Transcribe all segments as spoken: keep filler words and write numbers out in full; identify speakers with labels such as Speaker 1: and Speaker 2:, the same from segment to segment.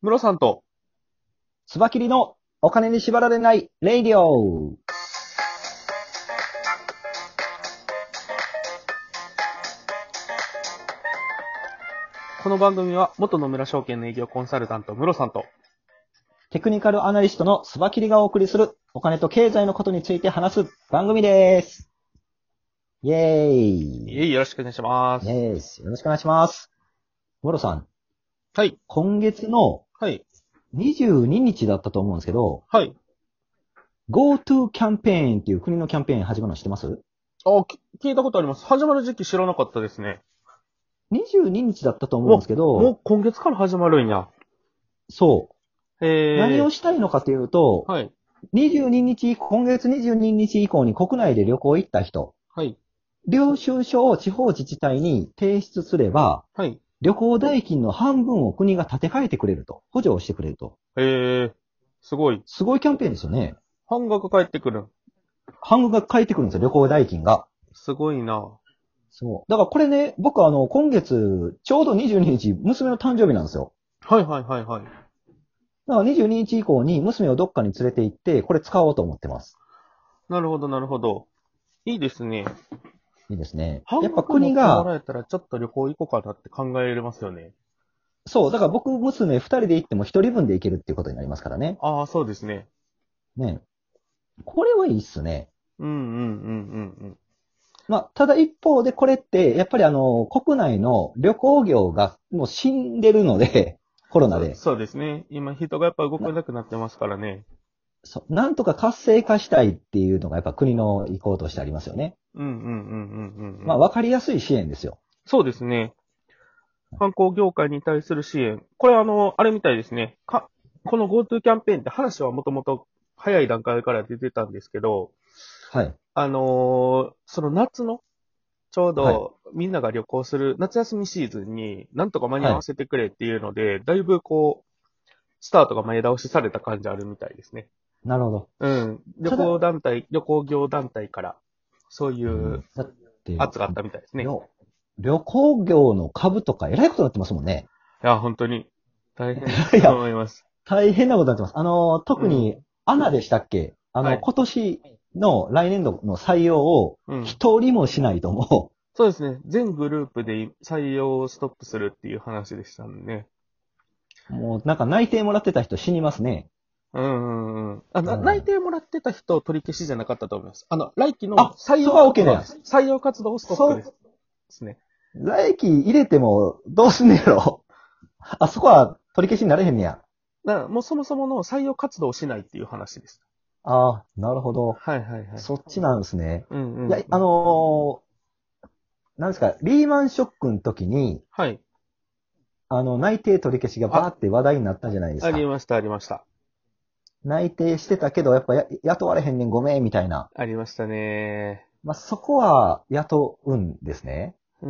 Speaker 1: ムロさんと、
Speaker 2: つばきりのお金に縛られないレイディオ。
Speaker 1: この番組は元野村証券の営業コンサルタントムロさんと、
Speaker 2: テクニカルアナリストのつばきりがお送りするお金と経済のことについて話す番組です。イェーイ。
Speaker 1: いえいよろしくお願いします。
Speaker 2: イェーイ。よろしくお願いします。モロさん。
Speaker 1: はい。
Speaker 2: 今月の
Speaker 1: はい。
Speaker 2: にじゅうににちだったと思うんですけど、
Speaker 1: はい。
Speaker 2: GoTo キャンペーンっていう国のキャンペーン始まるの知ってます？
Speaker 1: あ、き聞いたことあります。始まる時期知らなかったですね。
Speaker 2: にじゅうににちだったと思うんですけど、
Speaker 1: もう今月から始まるんや。
Speaker 2: そう。
Speaker 1: えー、
Speaker 2: 何をしたいのかというと、
Speaker 1: はい。
Speaker 2: にじゅうににち、今月にじゅうににち以降に国内で旅行行った人、
Speaker 1: はい。
Speaker 2: 領収書を地方自治体に提出すれば、
Speaker 1: はい。
Speaker 2: 旅行代金の半分を国が立て替えてくれると。補助をしてくれると。
Speaker 1: えー、すごい。
Speaker 2: すごいキャンペーンですよね。
Speaker 1: 半額返ってくる。
Speaker 2: 半分が返ってくるんですよ、旅行代金が。
Speaker 1: すごいな。
Speaker 2: そう。だからこれね、僕あの、今月、ちょうどにじゅうににち、娘の誕生日なんですよ。
Speaker 1: はいはいはいはい。
Speaker 2: だからにじゅうににち以降に娘をどっかに連れて行って、これ使おうと思ってます。
Speaker 1: なるほどなるほど。いいですね。
Speaker 2: いいですね。
Speaker 1: 半
Speaker 2: やっぱ
Speaker 1: 額持っても
Speaker 2: 国が、
Speaker 1: らえたらちょっと旅行行こうかなって考えられますよね。
Speaker 2: そう、だから僕、娘二人で行っても一人分で行けるっていうことになりますからね。
Speaker 1: ああ、そうですね。
Speaker 2: ね。これはいいっすね。
Speaker 1: うんうんうんうんうん。
Speaker 2: まあ、ただ一方でこれって、やっぱりあの、国内の旅行業がもう死んでるので、コロナで。
Speaker 1: そうですね。今人がやっぱ動かなくなってますからね。
Speaker 2: そなんとか活性化したいっていうのがやっぱ国の意向としてありますよね。
Speaker 1: うんうんうんうんうんうん。
Speaker 2: まあ、わかりやすい支援ですよ。
Speaker 1: そうですね。観光業界に対する支援。これあの、あれみたいですね。か、この GoTo キャンペーンって話はもともと早い段階から出てたんですけど、
Speaker 2: はい。
Speaker 1: あのーその夏の、ちょう
Speaker 2: はい。
Speaker 1: どみんなが旅行する夏休みシーズンになんとか間に合
Speaker 2: はい。
Speaker 1: わせてくれっていうので、だいぶこう、スタートが前倒しされた感じあるみたいですね。
Speaker 2: なるほど。
Speaker 1: うん。旅
Speaker 2: ただ、
Speaker 1: 行団体、旅行業団体から、そうい
Speaker 2: うん、
Speaker 1: う
Speaker 2: だって、
Speaker 1: 圧があったみたいですね。
Speaker 2: 旅旅行業の株とかえらいことになってますもんね。
Speaker 1: いや、本当に、大変だ
Speaker 2: い
Speaker 1: と
Speaker 2: や、
Speaker 1: 思います。
Speaker 2: 大変なことになってます。あの、特に、
Speaker 1: うん。
Speaker 2: アナでしたっけ？あの、
Speaker 1: はい。
Speaker 2: 今年の来年度の採用を
Speaker 1: うん。
Speaker 2: 一人もしないとも
Speaker 1: そうですね。全グループで採用をストップするっていう話でしたんでね。
Speaker 2: う、もうなんか内定もらってた人死にますね。
Speaker 1: うんうんうん。あ、な、内
Speaker 2: うん。
Speaker 1: 定もらってた人取り消しじゃなかったと思います。あの、来期の
Speaker 2: あ、そこは
Speaker 1: 採用活
Speaker 2: OK なんや。
Speaker 1: 動です。採用活動をストップ
Speaker 2: そう、
Speaker 1: です。ですね。
Speaker 2: 来期入れてもどうすんねやろ。あそこは取り消しになれへんねや。
Speaker 1: だからもうそもそもの採用活動をしないっていう話です。
Speaker 2: ああ、なるほど。
Speaker 1: はいはいはい。
Speaker 2: そっちなんですね。
Speaker 1: うんう
Speaker 2: いや、あ
Speaker 1: んうん。
Speaker 2: のーなんですか、リーマンショックの時に、
Speaker 1: はい。
Speaker 2: あの、内定取り消しがバー
Speaker 1: あ、
Speaker 2: って話題になったじゃないですか。
Speaker 1: ありましたありました。
Speaker 2: 内定してたけど、やっぱや雇われへんねんごめん、みたいな。
Speaker 1: ありましたね。
Speaker 2: まあ、そこは雇うんですね。
Speaker 1: うん。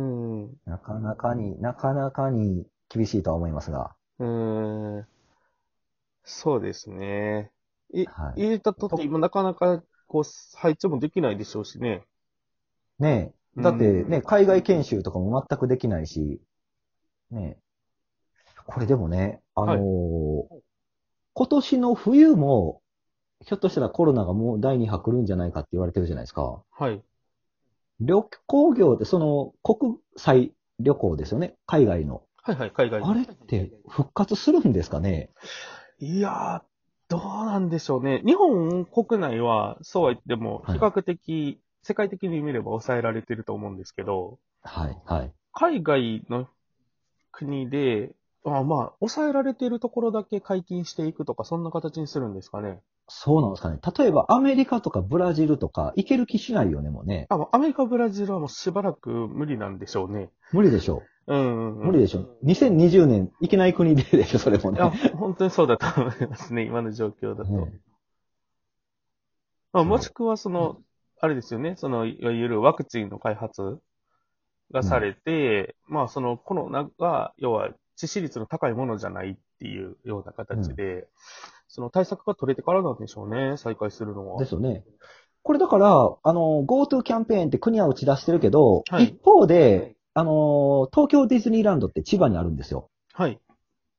Speaker 1: う
Speaker 2: なかなかに、なかなかに厳しいとは思いますが。
Speaker 1: ーん。そうですね。い、
Speaker 2: はい。
Speaker 1: 入れたとって
Speaker 2: と、
Speaker 1: 今なかなかこう配置もできないでしょうしね。
Speaker 2: ねえ。
Speaker 1: う
Speaker 2: だって
Speaker 1: ん。
Speaker 2: ね、海外研修とかも全くできないし、ねえ。これでもね、あの
Speaker 1: はい。
Speaker 2: ー今年の冬も、ひょっとしたらコロナがもう第二波来るんじゃないかって言われてるじゃないですか。
Speaker 1: はい。
Speaker 2: 旅行業で、その国際旅行ですよね。海外の。
Speaker 1: はいはい、海外の。
Speaker 2: あれって復活するんですかね？
Speaker 1: いやー、どうなんでしょうね。日本国内は、そうは言っても、
Speaker 2: はい。
Speaker 1: 比較的、世界的に見れば抑えられてると思うんですけど、
Speaker 2: はい。はい。
Speaker 1: 海外の国で、あまあ、抑えられているところだけ解禁していくとか、そんな形にするんですかね。
Speaker 2: そうなんですかね。例えばアメリカとかブラジルとか行ける気しないよね、もうね。
Speaker 1: あ、もうアメリカ、ブラジルはもうしばらく無理なんでしょうね。
Speaker 2: 無理でしょ
Speaker 1: うんうん
Speaker 2: う。
Speaker 1: うん。
Speaker 2: 無理でしょう。にせんにじゅうねん行けない国ででしょ、それも
Speaker 1: いや、
Speaker 2: ね。
Speaker 1: 本当にそうだと思いますね、今の状況だと。
Speaker 2: ね
Speaker 1: まあ、もし
Speaker 2: そ
Speaker 1: くは、その、あれですよね、その、いわゆるワクチンの開発が
Speaker 2: う。うん。
Speaker 1: されて、まあ、そのコロナが、要は、致死率の高いものじゃないっていうような
Speaker 2: うん。
Speaker 1: 形で、その対策が取れてからなんでしょうね、再開するのは。
Speaker 2: ですよね。これだから、あの、GoTo キャンペーンって国は打ち出してるけど、
Speaker 1: はい。
Speaker 2: 一方で、あの、東京ディズニーランドって千葉にあるんですよ。
Speaker 1: はい。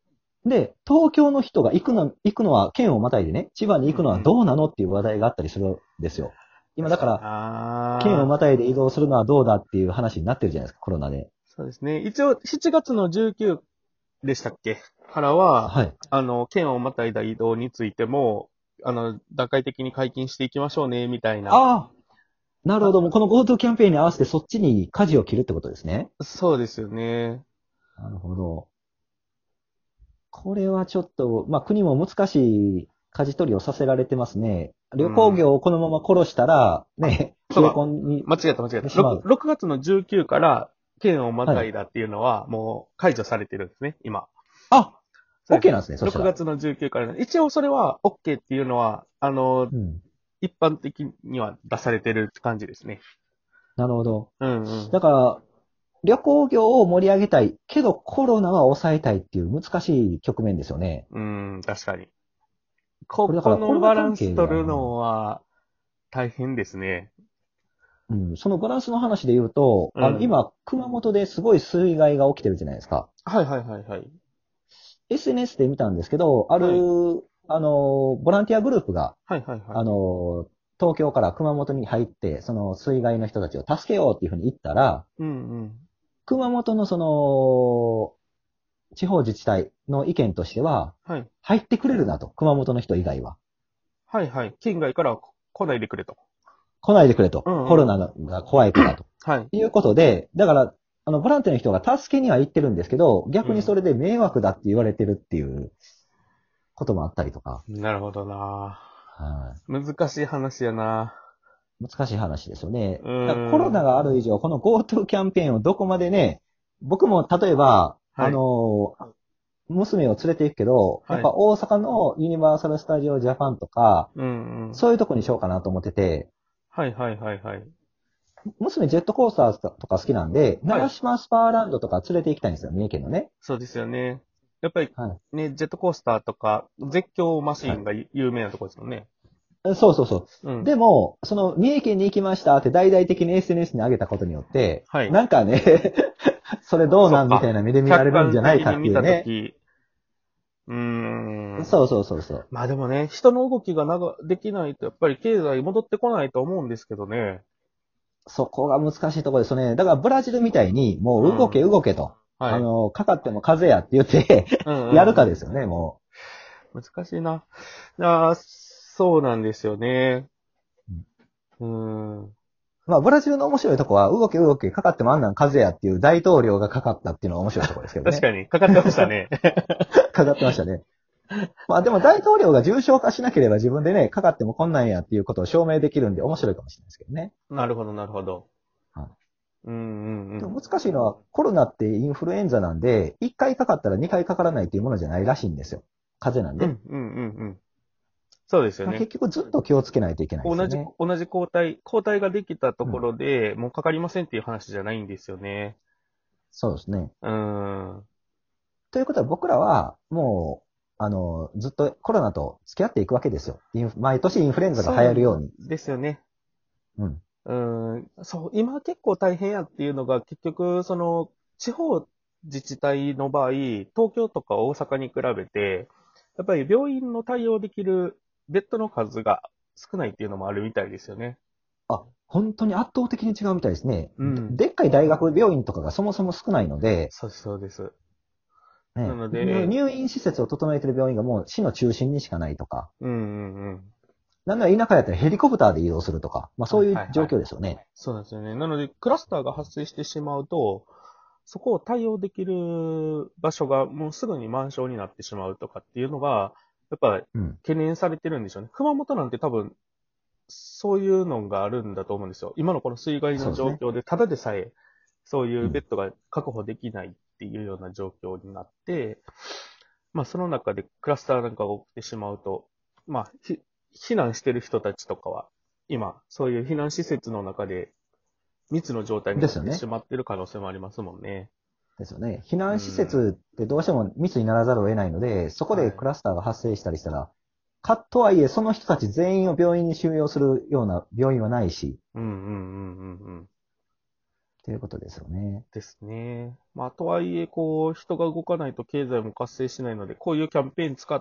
Speaker 2: で、東京の人が行くの、行くのは、県をまたいでね、千葉に行くのはどうなのっていう話題があったりするんですよ。今だから、
Speaker 1: あ
Speaker 2: 県を
Speaker 1: あ、
Speaker 2: またいで移動するのはどうだっていう話になってるじゃないですか、コロナで。
Speaker 1: そうですね。一応、しちがつのじゅうくにちでしたっけからは、
Speaker 2: はい。
Speaker 1: あの、県をまたいだ移動についても、あの、段階的に解禁していきましょうね、みたいな。
Speaker 2: ああ、なるほ
Speaker 1: あ、
Speaker 2: ど。もうこの GoTo キャンペーンに合わせてそっちに舵を切るってことですね。
Speaker 1: そうですよね。
Speaker 2: なるほど。これはちょっと、まあ国も難しい舵取りをさせられてますね。旅行
Speaker 1: うん。
Speaker 2: 業をこのまま殺したら、ね、冷え
Speaker 1: そうか。
Speaker 2: 込んに
Speaker 1: 間違えた間違えた。6、
Speaker 2: てしまう。
Speaker 1: ろくがつのじゅうくにちから県をま
Speaker 2: はい。
Speaker 1: たいだっていうのはもう解除されてるんですね、今。
Speaker 2: あ、
Speaker 1: そうで
Speaker 2: OK
Speaker 1: す。
Speaker 2: なんですね、そした
Speaker 1: 6
Speaker 2: ら。
Speaker 1: 月のじゅうくにちからね。一応それは OK っていうのは、あの、
Speaker 2: うん。
Speaker 1: 一般的には出されてるって感じですね。
Speaker 2: なるほど。
Speaker 1: うんうん。
Speaker 2: だから、旅行業を盛り上げたい。けどコロナは抑えたいっていう難しい局面ですよね。
Speaker 1: うん、確かに。
Speaker 2: これだからコ
Speaker 1: ここの
Speaker 2: ロナ関
Speaker 1: バランス
Speaker 2: 係はね、
Speaker 1: 取るのは大変ですね。
Speaker 2: うん、そのバランスの話で言うと、あの、
Speaker 1: うん。
Speaker 2: 今、熊本ですごい水害が起きてるじゃないですか。
Speaker 1: はいはいはいはい。
Speaker 2: エスエヌエス で見たんですけど、ある、
Speaker 1: はい。
Speaker 2: あの、ボランティアグループが、
Speaker 1: はいはいはい。
Speaker 2: あの、東京から熊本に入って、その水害の人たちを助けようっていうふうに言ったら、
Speaker 1: うんうん。
Speaker 2: 熊本のその、地方自治体の意見としては、
Speaker 1: はい。
Speaker 2: 入ってくれるなと、熊本の人以外は。
Speaker 1: はいはい。県外から来ないでくれと。
Speaker 2: 来ないでくれと。コロ
Speaker 1: うんうん。
Speaker 2: ナが怖いからと。
Speaker 1: はい。
Speaker 2: いうことで、だから、あの、ボランティアの人が助けには行ってるんですけど、
Speaker 1: うん。
Speaker 2: 逆にそれで迷惑だって言われてるっていうこともあったりとか、
Speaker 1: なるほどな。
Speaker 2: は
Speaker 1: 難しい話やな。
Speaker 2: い、難しい話ですよね。
Speaker 1: う
Speaker 2: だからコロ
Speaker 1: ーん。
Speaker 2: ナがある以上、この GoTo キャンペーンをどこまでね、僕も例えば、あ
Speaker 1: はい。
Speaker 2: の、娘を連れて行くけど、やっ
Speaker 1: はい。
Speaker 2: ぱ大阪のユニバーサル・スタジオ・ジャパンとか、
Speaker 1: うんうん。
Speaker 2: そういうとこにしようかなと思ってて、
Speaker 1: はいはいはいはい。
Speaker 2: 娘ジェットコースターとか好きなんで、
Speaker 1: はい。
Speaker 2: 長島スパーランドとか連れて行きたいんですよ、三重県のね。
Speaker 1: そうですよね。やっぱり
Speaker 2: はい。
Speaker 1: ね、ジェットコースターとか、絶叫マシ
Speaker 2: はい。
Speaker 1: ーンが有名なところですもんね。
Speaker 2: そうそうそう。
Speaker 1: うん。
Speaker 2: でも、その、三重県に行きましたって大々的に エスエヌエス に上げたことによって、
Speaker 1: はい。
Speaker 2: なんかねそれどうなんみた
Speaker 1: そっか。
Speaker 2: いな目で見られ
Speaker 1: 客
Speaker 2: るんじゃないか
Speaker 1: 観的に見
Speaker 2: っていうね。
Speaker 1: たとき、うーん。
Speaker 2: そうそうそうそう。
Speaker 1: まあでもね、人の動きがなができないと、やっぱり経済戻ってこないと思うんですけどね。
Speaker 2: そこが難しいところですよね。だからブラジルみたいに、もう動け
Speaker 1: うん。
Speaker 2: 動けと。
Speaker 1: はい。
Speaker 2: あの、かかっても風邪やって言って
Speaker 1: うん
Speaker 2: やる
Speaker 1: うんうん。
Speaker 2: かですよね、も
Speaker 1: 難しいな。ああ、そうなんですよね。
Speaker 2: う。
Speaker 1: うーん。
Speaker 2: まあ、ブラジルの面白いとこは、動け動けかかってもあんなん風邪やっていう大統領がかかったっていうのが面白いところですけどね。
Speaker 1: 確かに、かかってましたね。
Speaker 2: かかってましたね。まあでも大統領が重症化しなければ自分でね、かかってもこんなんやっていうことを証明できるんで面白いかもしれないですけどね。
Speaker 1: なるほど、なるほど。
Speaker 2: はい。
Speaker 1: うんうんうん。
Speaker 2: でも難しいのはコロナってインフルエンザなんで、いっかいかかったらにかいかからないっていうものじゃないらしいんですよ。風邪なんで。
Speaker 1: うんうんうんうん。そうですよね。
Speaker 2: まあ結局ずっと気をつけないといけないです
Speaker 1: 同じ、
Speaker 2: よね。
Speaker 1: 同じ抗体、抗体ができたと
Speaker 2: うん。
Speaker 1: ころでもうかかりませんっていう話じゃないんですよね。
Speaker 2: そうですね。
Speaker 1: うーん。
Speaker 2: ということは僕らはもう、あの、ずっとコロナと付き合っていくわけですよ。インフ毎年インフルエンザが
Speaker 1: そう
Speaker 2: 流行るように。
Speaker 1: ですよね。
Speaker 2: うん。
Speaker 1: うーん。そう、今結構大変やっていうのが結局、その、地方自治体の場合、東京とか大阪に比べて、やっぱり病院の対応できるベッドの数が少ないっていうのもあるみたいですよね。
Speaker 2: あ、本当に圧倒的に違うみたいですね。で、
Speaker 1: うん。
Speaker 2: でっかい大学病院とかがそもそも少ないので、
Speaker 1: そうです、そうです。な
Speaker 2: ね、
Speaker 1: ので、
Speaker 2: 入院施設を整えている病院がもう市の中心にしかないとか、
Speaker 1: うんうんうん。
Speaker 2: なんなら田舎やったらヘリコプターで移動するとか、まあ
Speaker 1: はい
Speaker 2: そういう状
Speaker 1: はいはい。
Speaker 2: 況ですよね。
Speaker 1: そうなんですよね。なので、クラスターが発生してしまうと、そこを対応できる場所がもうすぐに満床になってしまうとかっていうのが、やっぱ
Speaker 2: うん。
Speaker 1: 懸念されてるんでしょうね。熊本なんて多分、そういうのがあるんだと思うんですよ。今のこの水害の
Speaker 2: そうですね。
Speaker 1: 状況で、ただでさえ、そうい
Speaker 2: うん。
Speaker 1: うベッドが確保できないっていうような状況になって、まあその中でクラスターなんかが起きてしまうと、まあ、ひ避難してる人たちとかは、今、そういう避難施設の中で密の状態になっ
Speaker 2: ですよね。
Speaker 1: てしまってる可能性もありますもんね。
Speaker 2: ですよね。避
Speaker 1: う
Speaker 2: 難施
Speaker 1: ん。
Speaker 2: 設ってどうしても密にならざるを得ないので、そこ
Speaker 1: はい。
Speaker 2: でクラスターが発生したりしたら、かとはいえ、その人たち全員を病院に収容するような病院はないし、
Speaker 1: うんうんうんうんうん。
Speaker 2: ということですよね。
Speaker 1: ですね。まあ、とはいえ、こう、人が動かないと経済も活性しないので、こういうキャンペーン使って、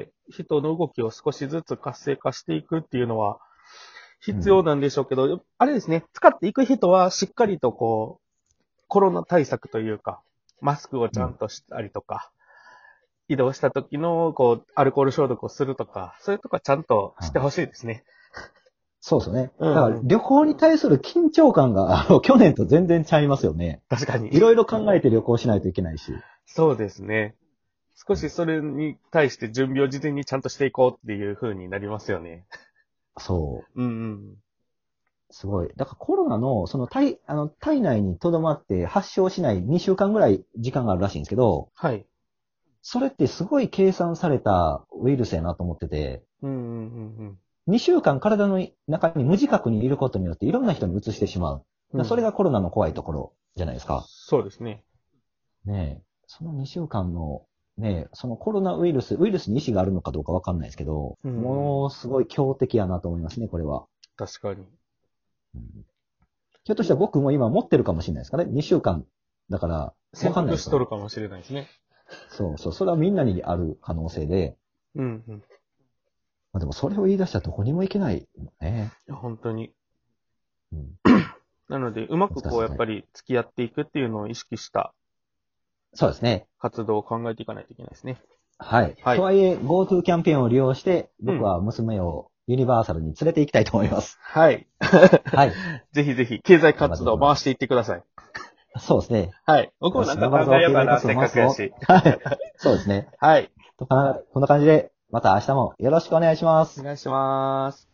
Speaker 1: 人の動きを少しずつ活性化していくっていうのは、必要なんでしょうけど、うん、あれですね、使っていく人はしっかりとこう、コロナ対策というか、マスクをちゃんとしたりとか、うん、移動した時の、こう、アルコール消毒をするとか、そういうとこはちゃんとしてほしいですね。
Speaker 2: はい、そうですね。
Speaker 1: うんうん、
Speaker 2: だから旅行に対する緊張感が、あの、去年と全然ちゃいますよね。
Speaker 1: 確かに。
Speaker 2: いろいろ考えて旅行しないといけないし。
Speaker 1: そうですね。少しそれに対して準備を事前にちゃんとしていこうっていう風になりますよね。
Speaker 2: そう。
Speaker 1: うんうん。
Speaker 2: すごい。だからコロナの、その体、あの、体内に留まって発症しないにしゅうかんぐらい時間があるらしいんですけど、
Speaker 1: はい。
Speaker 2: それってすごい計算されたウイルスやなと思ってて、
Speaker 1: うんうんうんうん。
Speaker 2: にしゅうかん体の中に無自覚にいることによっていろんな人に移してしまう。うん、それがコロナの怖いところじゃないですか。
Speaker 1: そうですね。
Speaker 2: ねえ。そのにしゅうかんの、ねえ、そのコロナウイルス、ウイルスに意思があるのかどうかわかんないですけど、うん、ものすごい強敵やなと思いますね、これは。
Speaker 1: 確かに。
Speaker 2: うん、ひょっとしたら僕も今持ってるかもしれないですかね。にしゅうかんだから、わ
Speaker 1: かんないです。しとるかもしれないですね。
Speaker 2: そうそう。それはみんなにある可能性で。
Speaker 1: うんうん。
Speaker 2: まあ、でもそれを言い出したらどこにも行けないよね。
Speaker 1: いや、本当に。
Speaker 2: うん、
Speaker 1: なので、うまくこう、やっぱり付き合っていくっていうのを意識した。
Speaker 2: そうですね。
Speaker 1: 活動を考えていかないといけないですね。
Speaker 2: はい。はい、とはいえ、GoTo キャンペーンを利用して、僕は娘をユニバーサルに連れて行きたいと思います。
Speaker 1: うん、はい。はい。ぜひぜひ、経済活動を回していってください。
Speaker 2: そうですね。
Speaker 1: はい。僕もなんか考えようかな、せっかくやし。
Speaker 2: はい。そうですね。
Speaker 1: はい。
Speaker 2: こんな感じで、また明日もよろしくお願いします。
Speaker 1: お願いします。